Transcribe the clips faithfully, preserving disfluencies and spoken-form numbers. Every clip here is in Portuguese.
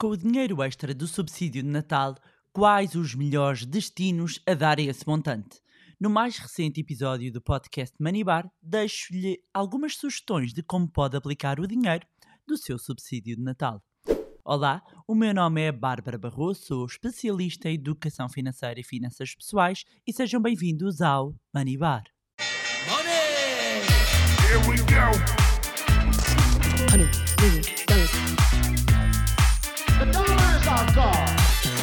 Com o dinheiro extra do subsídio de Natal, quais os melhores destinos a dar a esse montante? No mais recente episódio do podcast Money Bar, deixo-lhe algumas sugestões de como pode aplicar o dinheiro do seu subsídio de Natal. Olá, o meu nome é Bárbara Barroso, sou especialista em educação financeira e finanças pessoais e sejam bem-vindos ao Money Bar. Money! Here we go! Honey, million dollars. The dollar is our god!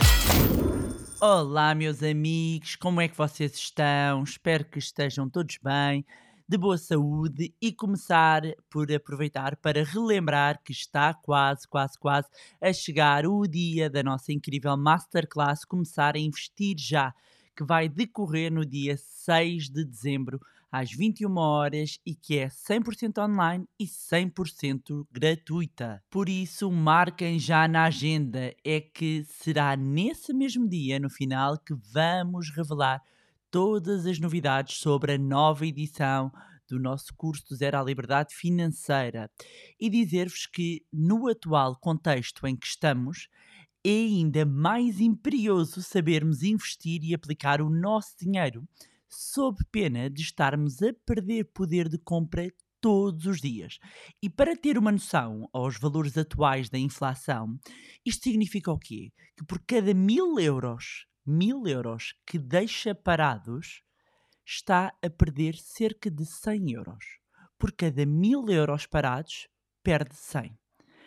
Olá, meus amigos, como é que vocês estão? Espero que estejam todos bem, de boa saúde e começar por aproveitar para relembrar que está quase, quase, quase a chegar o dia da nossa incrível Masterclass Começar a Investir Já, que vai decorrer no dia seis de dezembro às vinte e uma horas e que é cem por cento online e cem por cento gratuita. Por isso, marquem já na agenda, é que será nesse mesmo dia, no final, que vamos revelar todas as novidades sobre a nova edição do nosso curso do Zero à Liberdade Financeira. E dizer-vos que, no atual contexto em que estamos, é ainda mais imperioso sabermos investir e aplicar o nosso dinheiro, sob pena de estarmos a perder poder de compra todos os dias. E para ter uma noção aos valores atuais da inflação, isto significa o quê? Que por cada mil euros, mil euros que deixa parados, está a perder cerca de cem euros. Por cada mil euros parados, perde cem.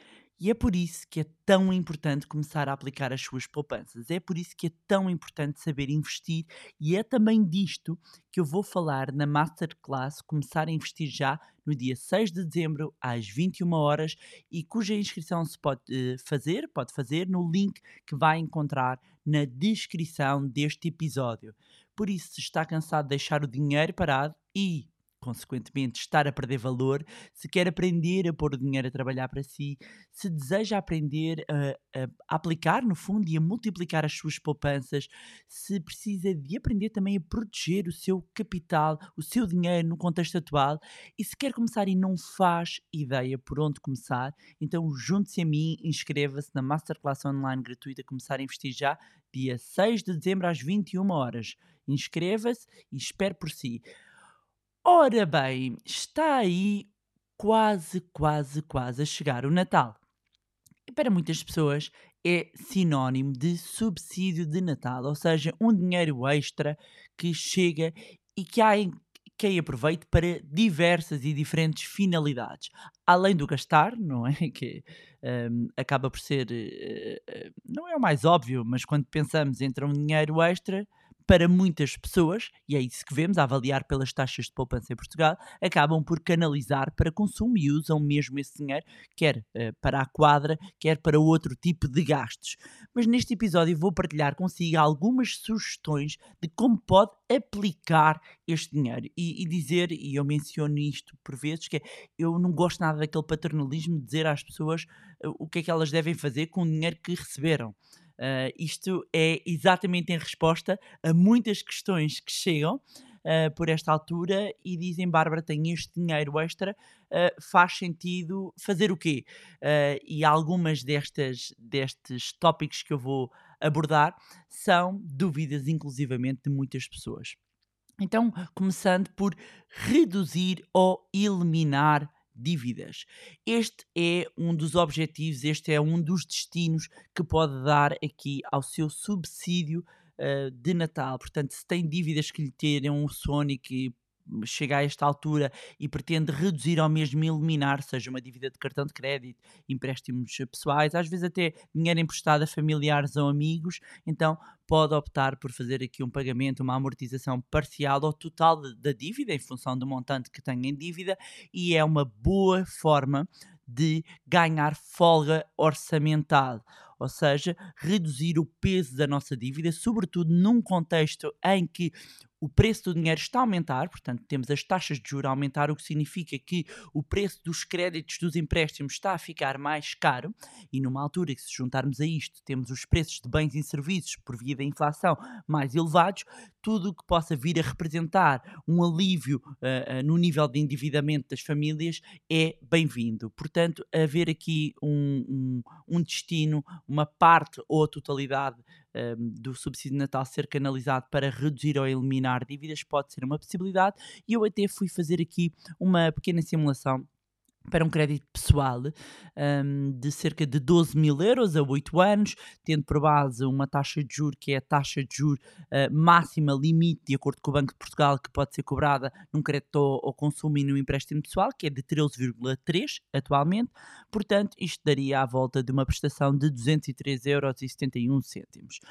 E é por isso que é tão importante começar a aplicar as suas poupanças. É por isso que é tão importante saber investir e é também disto que eu vou falar na Masterclass Começar a Investir Já no dia seis de dezembro às vinte e uma horas e cuja inscrição se pode uh, fazer, pode fazer no link que vai encontrar na descrição deste episódio. Por isso, se está cansado de deixar o dinheiro parado e consequentemente estar a perder valor, se quer aprender a pôr o dinheiro a trabalhar para si, se deseja aprender a, a aplicar no fundo e a multiplicar as suas poupanças, se precisa de aprender também a proteger o seu capital, o seu dinheiro no contexto atual e se quer começar e não faz ideia por onde começar, então junte-se a mim, inscreva-se na Masterclass Online gratuita Começar a Investir Já, dia seis de dezembro às vinte e uma horas. Inscreva-se e espere por si. Ora bem, está aí quase, quase, quase a chegar o Natal. E para muitas pessoas é sinónimo de subsídio de Natal, ou seja, um dinheiro extra que chega e que há em quem aproveite para diversas e diferentes finalidades. Além do gastar, não é? Que um, acaba por ser, uh, não é o mais óbvio, mas quando pensamos entre um dinheiro extra, para muitas pessoas, e é isso que vemos a avaliar pelas taxas de poupança em Portugal, acabam por canalizar para consumo e usam mesmo esse dinheiro, quer uh, para a quadra, quer para outro tipo de gastos. Mas neste episódio vou partilhar consigo algumas sugestões de como pode aplicar este dinheiro. E, e dizer, e eu menciono isto por vezes, que é, eu não gosto nada daquele paternalismo de dizer às pessoas uh, o que é que elas devem fazer com o dinheiro que receberam. Uh, isto é exatamente em resposta a muitas questões que chegam uh, por esta altura e dizem, Bárbara, tem este dinheiro extra, uh, faz sentido fazer o quê? Uh, e algumas destas, destes tópicos que eu vou abordar são dúvidas inclusivamente de muitas pessoas. Então, começando por reduzir ou eliminar dívidas. Este é um dos objetivos, este é um dos destinos que pode dar aqui ao seu subsídio uh, de Natal. Portanto, se tem dívidas que lhe tiram o sono e que chega a esta altura e pretende reduzir ou mesmo eliminar, seja uma dívida de cartão de crédito, empréstimos pessoais, às vezes até dinheiro emprestado a familiares ou amigos, então pode optar por fazer aqui um pagamento, uma amortização parcial ou total da dívida, em função do montante que tem em dívida, e é uma boa forma de ganhar folga orçamental, ou seja, reduzir o peso da nossa dívida, sobretudo num contexto em que o preço do dinheiro está a aumentar, portanto temos as taxas de juros a aumentar, o que significa que o preço dos créditos dos empréstimos está a ficar mais caro e numa altura que se juntarmos a isto temos os preços de bens e serviços por via da inflação mais elevados, tudo o que possa vir a representar um alívio uh, uh, no nível de endividamento das famílias é bem-vindo. Portanto, haver aqui um, um, um destino, uma parte ou a totalidade um, do subsídio de Natal ser canalizado para reduzir ou eliminar dívidas pode ser uma possibilidade, e eu até fui fazer aqui uma pequena simulação para um crédito pessoal um, de cerca de doze mil euros a oito anos, tendo por base uma taxa de juros que é a taxa de juros uh, máxima limite, de acordo com o Banco de Portugal, que pode ser cobrada num crédito ao, ao consumo e no empréstimo pessoal, que é de treze vírgula três atualmente. Portanto, isto daria à volta de uma prestação de duzentos e três euros e setenta e um cêntimos.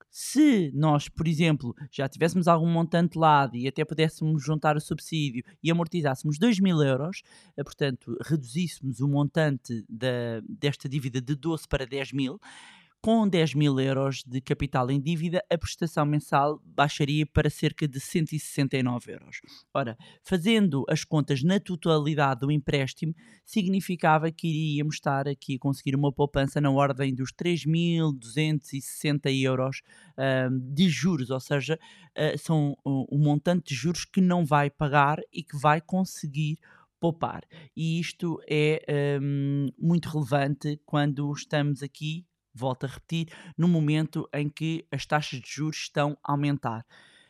Se nós, por exemplo, já tivéssemos algum montante de lado e até pudéssemos juntar o subsídio e amortizássemos dois mil euros, eh, portanto, reduzíssemos o montante da, desta dívida de doze para dez mil, com dez mil euros de capital em dívida, a prestação mensal baixaria para cerca de cento e sessenta e nove euros. Ora, fazendo as contas na totalidade do empréstimo, significava que iríamos estar aqui a conseguir uma poupança na ordem dos três mil duzentos e sessenta euros uh, de juros, ou seja, uh, são o um, um montante de juros que não vai pagar e que vai conseguir poupar. E isto é um, muito relevante quando estamos aqui, volto a repetir, no momento em que as taxas de juros estão a aumentar.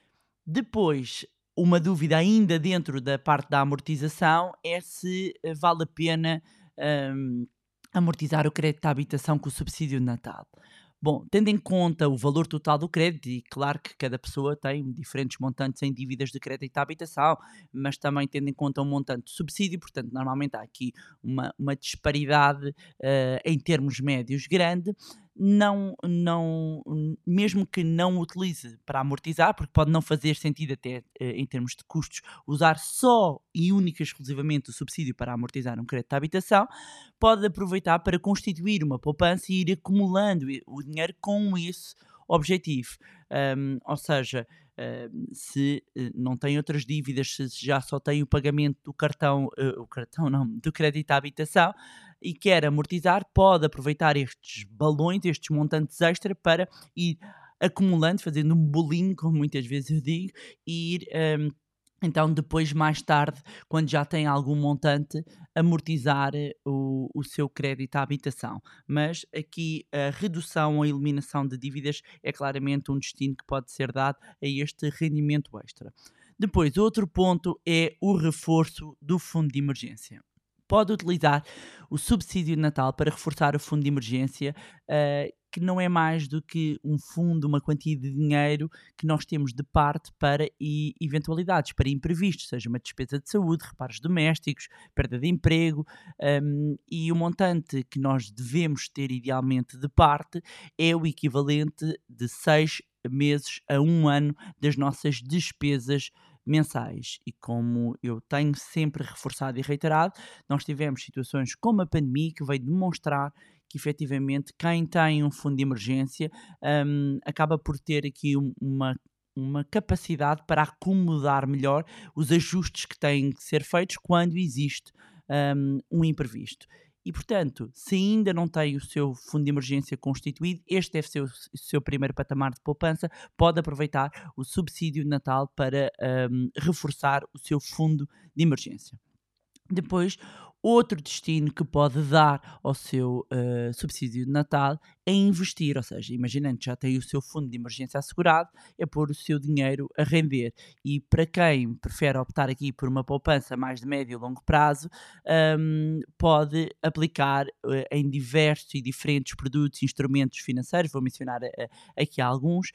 Depois, uma dúvida ainda dentro da parte da amortização é se vale a pena um, amortizar o crédito à habitação com o subsídio de Natal. Bom, tendo em conta o valor total do crédito, e claro que cada pessoa tem diferentes montantes em dívidas de crédito à habitação, mas também tendo em conta um montante de subsídio, portanto, normalmente há aqui uma, uma disparidade uh, em termos médios grande. Não, não, mesmo que não utilize para amortizar, porque pode não fazer sentido até em termos de custos, usar só e única e exclusivamente o subsídio para amortizar um crédito de habitação, pode aproveitar para constituir uma poupança e ir acumulando o dinheiro com esse objetivo. Um, ou seja, Uh, se uh, não tem outras dívidas, se já só tem o pagamento do cartão, uh, o cartão não, do crédito à habitação e quer amortizar, pode aproveitar estes balões, estes montantes extra para ir acumulando, fazendo um bolinho, como muitas vezes eu digo, e ir um, então depois, mais tarde, quando já tem algum montante, amortizar o, o seu crédito à habitação. Mas aqui a redução ou a eliminação de dívidas é claramente um destino que pode ser dado a este rendimento extra. Depois, outro ponto é o reforço do fundo de emergência. Pode utilizar o subsídio de Natal para reforçar o fundo de emergência, uh, que não é mais do que um fundo, uma quantia de dinheiro que nós temos de parte para e, eventualidades, para imprevistos, seja uma despesa de saúde, reparos domésticos, perda de emprego, um, e o montante que nós devemos ter idealmente de parte é o equivalente de seis meses a um ano das nossas despesas mensais. E como eu tenho sempre reforçado e reiterado, nós tivemos situações como a pandemia que veio demonstrar que efetivamente quem tem um fundo de emergência um, acaba por ter aqui um, uma, uma capacidade para acomodar melhor os ajustes que têm que ser feitos quando existe um, um imprevisto. E, portanto, se ainda não tem o seu fundo de emergência constituído, este deve ser o seu primeiro patamar de poupança, pode aproveitar o subsídio de Natal para um, reforçar o seu fundo de emergência. Depois, outro destino que pode dar ao seu uh, subsídio de Natal é investir, ou seja, imaginando que já tem o seu fundo de emergência assegurado, é pôr o seu dinheiro a render. E para quem prefere optar aqui por uma poupança mais de médio e longo prazo, um, pode aplicar uh, em diversos e diferentes produtos e instrumentos financeiros, vou mencionar uh, aqui alguns,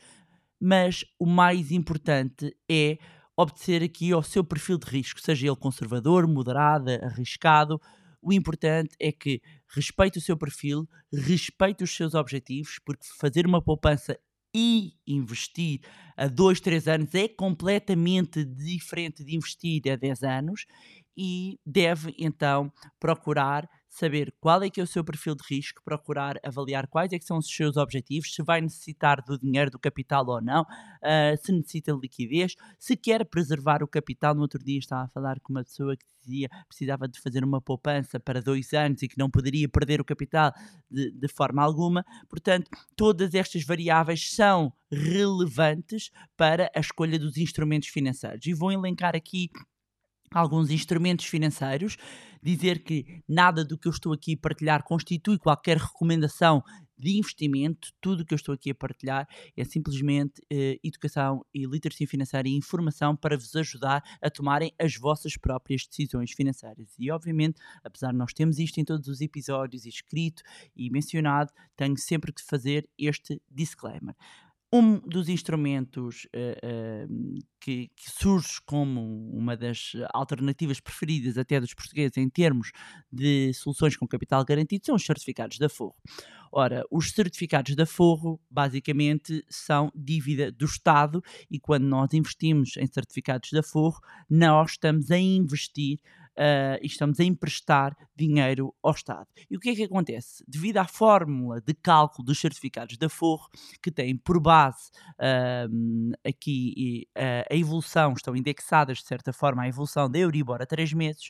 mas o mais importante é obedecer aqui ao seu perfil de risco, seja ele conservador, moderado, arriscado. O importante é que respeite o seu perfil, respeite os seus objetivos, porque fazer uma poupança e investir a dois, três anos é completamente diferente de investir a dez anos, e deve então procurar saber qual é que é o seu perfil de risco, procurar avaliar quais é que são os seus objetivos, se vai necessitar do dinheiro, do capital ou não, uh, se necessita de liquidez, se quer preservar o capital. No outro dia estava a falar com uma pessoa que dizia que precisava de fazer uma poupança para dois anos e que não poderia perder o capital de, de forma alguma. Portanto, todas estas variáveis são relevantes para a escolha dos instrumentos financeiros. E vou elencar aqui alguns instrumentos financeiros, dizer que nada do que eu estou aqui a partilhar constitui qualquer recomendação de investimento. Tudo o que eu estou aqui a partilhar é simplesmente uh, educação e literacia financeira e informação para vos ajudar a tomarem as vossas próprias decisões financeiras. E obviamente, apesar de nós termos isto em todos os episódios, escrito e mencionado, tenho sempre que fazer este disclaimer. Um dos instrumentos uh, uh, que, que surge como uma das alternativas preferidas até dos portugueses em termos de soluções com capital garantido são os certificados de aforro. Ora, os certificados de aforro basicamente são dívida do Estado e quando nós investimos em certificados de aforro, nós estamos a investir Uh, e estamos a emprestar dinheiro ao Estado. E o que é que acontece? Devido à fórmula de cálculo dos certificados de aforro, que têm por base uh, aqui uh, a evolução, estão indexadas de certa forma à evolução da Euribor a três meses,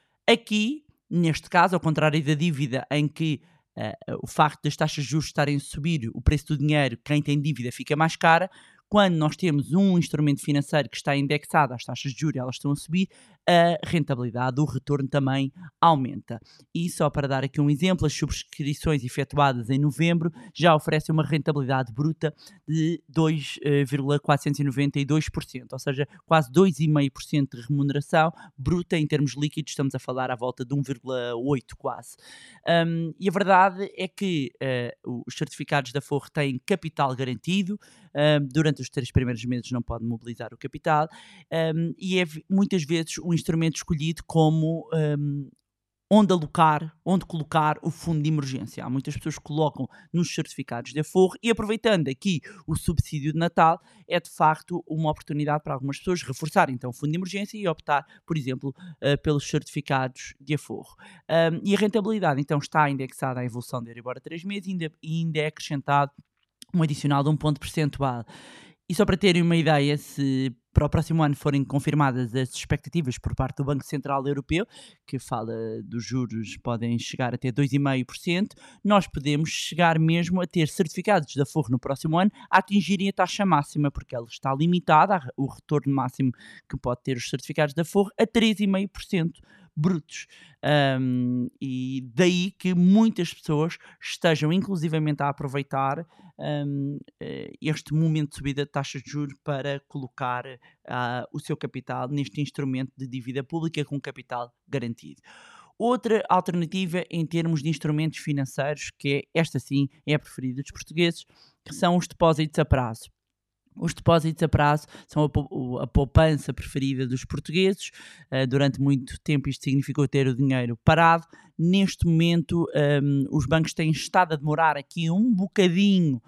aqui, neste caso, ao contrário da dívida em que uh, o facto das taxas de juros estarem a subir, o preço do dinheiro, quem tem dívida fica mais cara. Quando nós temos um instrumento financeiro que está indexado às taxas de juros e elas estão a subir, a rentabilidade, o retorno também aumenta. E só para dar aqui um exemplo, as subscrições efetuadas em novembro já oferecem uma rentabilidade bruta de dois vírgula quatrocentos e noventa e dois por cento, ou seja, quase dois vírgula cinco por cento de remuneração bruta. Em termos líquidos estamos a falar à volta de um vírgula oito por cento quase. Um, e a verdade é que uh, os certificados de aforro têm capital garantido. Um, durante os três primeiros meses não pode mobilizar o capital um, e é muitas vezes um instrumento escolhido como um, onde alocar, onde colocar o fundo de emergência. Há muitas pessoas que colocam nos certificados de aforro e aproveitando aqui o subsídio de Natal é de facto uma oportunidade para algumas pessoas reforçarem então o fundo de emergência e optar, por exemplo, uh, pelos certificados de aforro. Um, e a rentabilidade então está indexada à evolução da Euribor a três meses e ainda, e ainda é acrescentado um adicional de um ponto percentual. E só para terem uma ideia, se para o próximo ano forem confirmadas as expectativas por parte do Banco Central Europeu, que fala dos juros podem chegar até dois vírgula cinco por cento, nós podemos chegar mesmo a ter certificados de aforro no próximo ano a atingirem a taxa máxima, porque ela está limitada, o retorno máximo que pode ter os certificados de aforro, a três vírgula cinco por cento brutos. Um, e daí que muitas pessoas estejam inclusivamente a aproveitar um, este momento de subida de taxas de juros para colocar uh, o seu capital neste instrumento de dívida pública com capital garantido. Outra alternativa em termos de instrumentos financeiros, que é, esta sim é a preferida dos portugueses, que são os depósitos a prazo. Os depósitos a prazo são a poupança preferida dos portugueses. Uh, durante muito tempo isto significou ter o dinheiro parado. Neste momento um, os bancos têm estado a demorar aqui um bocadinho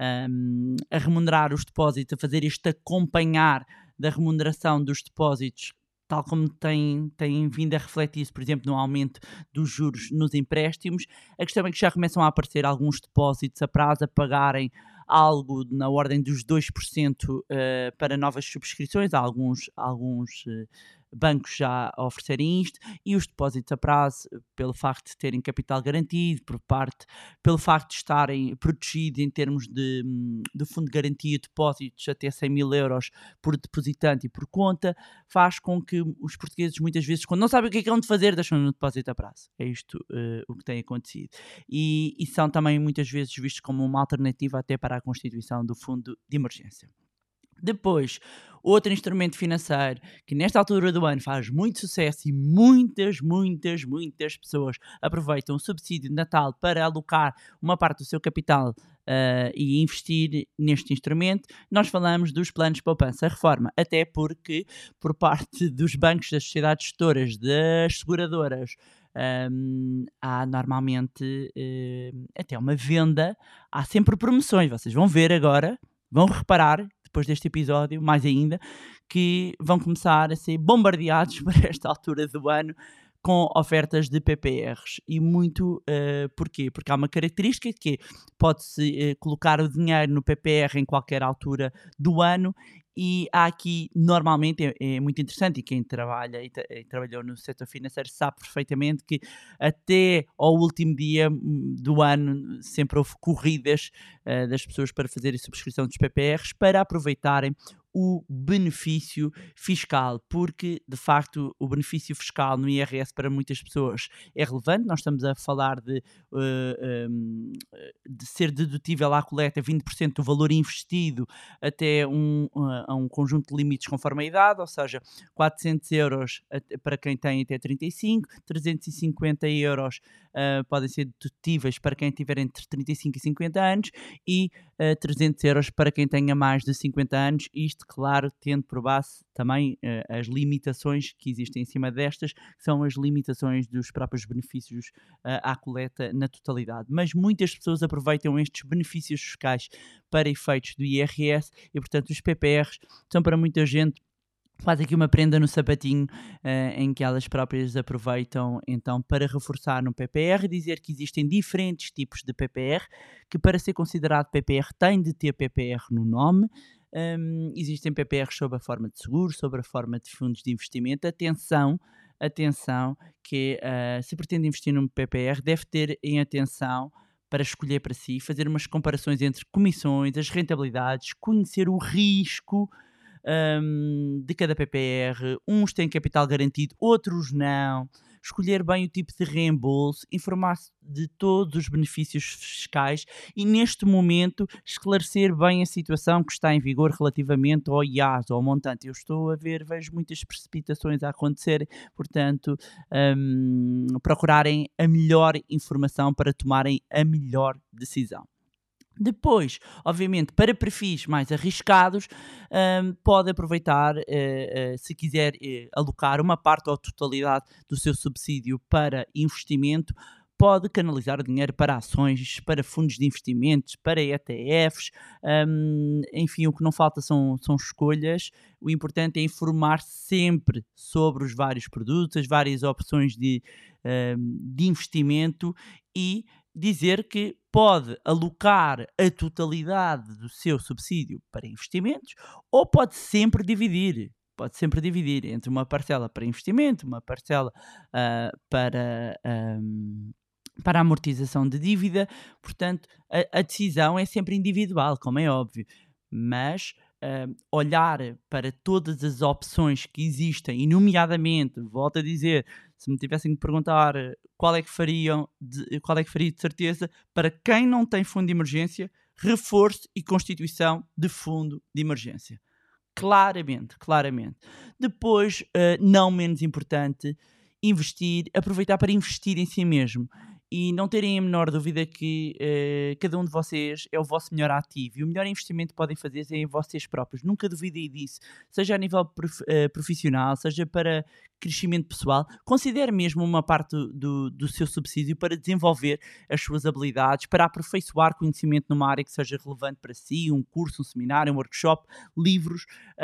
um, a remunerar os depósitos, a fazer este acompanhar da remuneração dos depósitos, tal como têm, têm vindo a refletir-se, por exemplo, no aumento dos juros nos empréstimos. A questão é que já começam a aparecer alguns depósitos a prazo a pagarem algo na ordem dos dois por cento uh, para novas subscrições. Há alguns, alguns uh, bancos já a oferecerem isto, e os depósitos a prazo, pelo facto de terem capital garantido, por parte, pelo facto de estarem protegidos em termos de, de fundo de garantia, depósitos até cem mil euros por depositante e por conta, faz com que os portugueses muitas vezes, quando não sabem o que é que vão de fazer, deixam no depósito a prazo. É isto uh, o que tem acontecido. E, e são também muitas vezes vistos como uma alternativa até para a constituição do fundo de emergência. Depois, outro instrumento financeiro que nesta altura do ano faz muito sucesso e muitas, muitas, muitas pessoas aproveitam o subsídio de Natal para alocar uma parte do seu capital uh, e investir neste instrumento. Nós falamos dos planos de poupança-reforma, até porque por parte dos bancos, das sociedades gestoras, das seguradoras, Um, há normalmente uh, até uma venda, há sempre promoções. Vocês vão ver agora, vão reparar depois deste episódio, mais ainda, que vão começar a ser bombardeados para esta altura do ano com ofertas de P P Rs. E muito uh, porquê? Porque há uma característica que pode-se uh, colocar o dinheiro no P P R em qualquer altura do ano. E há aqui, normalmente, é, é muito interessante, e quem trabalha e, tra- e trabalhou no setor financeiro sabe perfeitamente que até ao último dia do ano sempre houve corridas uh, das pessoas para fazerem subscrição dos P P Rs para aproveitarem o benefício fiscal, porque de facto o benefício fiscal no I R S para muitas pessoas é relevante. Nós estamos a falar de, uh, um, de ser dedutível à coleta vinte por cento do valor investido até um, uh, a um conjunto de limites conforme a idade, ou seja, quatrocentos euros para quem tem até trinta e cinco, trezentos e cinquenta euros uh, podem ser dedutíveis para quem tiver entre trinta e cinco e cinquenta anos e uh, trezentos euros para quem tenha mais de cinquenta anos, isto, claro, tendo por base também uh, as limitações que existem em cima destas, que são as limitações dos próprios benefícios uh, à coleta na totalidade. Mas muitas pessoas aproveitam estes benefícios fiscais para efeitos do I R S e, portanto, os P P Rs são para muita gente faz aqui uma prenda no sapatinho uh, em que elas próprias aproveitam então para reforçar no P P R, dizer que existem diferentes tipos de P P R, que para ser considerado P P R tem de ter P P R no nome. Um, existem P P Rs sob a forma de seguro, sob a forma de fundos de investimento. Atenção, atenção que uh, se pretende investir num P P R deve ter em atenção para escolher para si, fazer umas comparações entre comissões, as rentabilidades, conhecer o risco Um, de cada P P R, uns têm capital garantido, outros não, escolher bem o tipo de reembolso, informar-se de todos os benefícios fiscais e neste momento esclarecer bem a situação que está em vigor relativamente ao I A S, ao montante. Eu estou a ver, vejo muitas precipitações a acontecer, portanto um, procurarem a melhor informação para tomarem a melhor decisão. Depois, obviamente, para perfis mais arriscados, um, pode aproveitar, uh, uh, se quiser uh, alocar uma parte ou totalidade do seu subsídio para investimento, pode canalizar o dinheiro para ações, para fundos de investimentos, para E T Fs, um, enfim, o que não falta são, são escolhas. O importante é informar sempre sobre os vários produtos, as várias opções de, um, de investimento e dizer que pode alocar a totalidade do seu subsídio para investimentos ou pode sempre dividir. Pode sempre dividir entre uma parcela para investimento, uma parcela uh, para, um, para a amortização de dívida. Portanto, a, a decisão é sempre individual, como é óbvio. Mas uh, olhar para todas as opções que existem, e nomeadamente, volto a dizer, se me tivessem que perguntar qual é que fariam, de, qual é que faria de certeza, para quem não tem fundo de emergência, reforço e constituição de fundo de emergência. Claramente, claramente. Depois, uh, não menos importante, investir, aproveitar para investir em si mesmo. E não terem a menor dúvida que uh, cada um de vocês é o vosso melhor ativo e o melhor investimento que podem fazer é em vocês próprios. Nunca duvidem disso, seja a nível prof, uh, profissional, seja para crescimento pessoal. Considere mesmo uma parte do, do, do seu subsídio para desenvolver as suas habilidades, para aperfeiçoar conhecimento numa área que seja relevante para si, um curso, um seminário, um workshop, livros.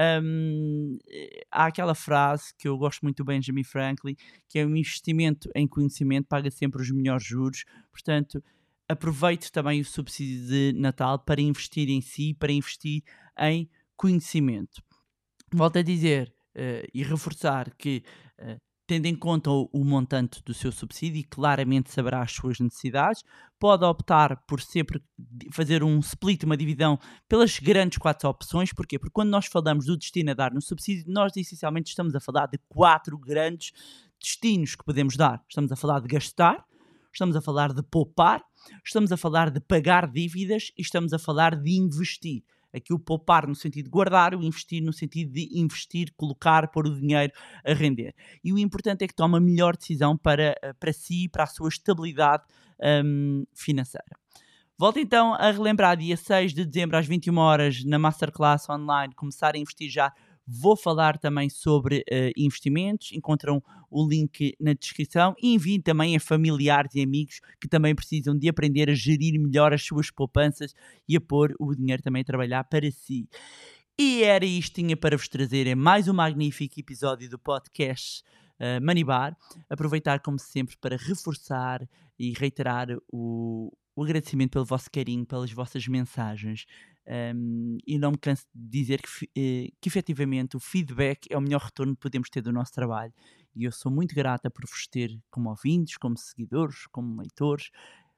Um, há aquela frase que eu gosto muito do Benjamin Franklin, que é um investimento em conhecimento paga sempre os melhores juros. Portanto, aproveite também o subsídio de Natal para investir em si, para investir em conhecimento. Volto a dizer uh, e reforçar que, uh, tendo em conta o, o montante do seu subsídio, e claramente saberá as suas necessidades, pode optar por sempre fazer um split, uma divisão pelas grandes quatro opções. Porquê? Porque quando nós falamos do destino a dar no subsídio, nós essencialmente estamos a falar de quatro grandes destinos que podemos dar. Estamos a falar de gastar, estamos a falar de poupar, estamos a falar de pagar dívidas e estamos a falar de investir. Aqui o poupar no sentido de guardar, o investir no sentido de investir, colocar, pôr o dinheiro a render. E o importante é que tome a melhor decisão para, para si, para a sua estabilidade um, financeira. Volto então a relembrar, dia seis de dezembro às vinte e uma horas na Masterclass online, começar a investir já. Vou falar também sobre uh, investimentos, encontram o link na descrição e enviem também a familiares e amigos que também precisam de aprender a gerir melhor as suas poupanças e a pôr o dinheiro também a trabalhar para si. E era isto que tinha para vos trazer em mais um magnífico episódio do podcast uh, Money Bar. Aproveitar como sempre para reforçar e reiterar o, o agradecimento pelo vosso carinho, pelas vossas mensagens. Um, e não me canso de dizer que, eh, que efetivamente o feedback é o melhor retorno que podemos ter do nosso trabalho e eu sou muito grata por vos ter como ouvintes, como seguidores, como leitores.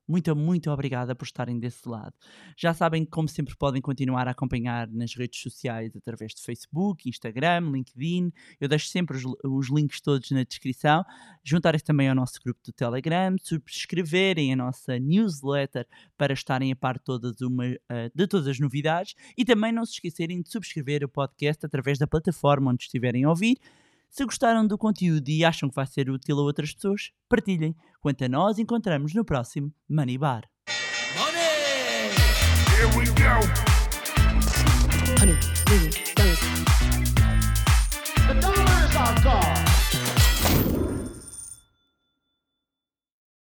Muito, muito obrigada por estarem desse lado. Já sabem que, como sempre, podem continuar a acompanhar nas redes sociais através de Facebook, Instagram, LinkedIn. Eu deixo sempre os, os links todos na descrição. Juntarem-se também ao nosso grupo do Telegram, subscreverem a nossa newsletter para estarem a par todas uma, uh, de todas as novidades e também não se esquecerem de subscrever o podcast através da plataforma onde estiverem a ouvir. Se gostaram do conteúdo e acham que vai ser útil a outras pessoas, partilhem. Quanto a nós, encontramos no próximo Money Bar. Here we go. Honey, nigga,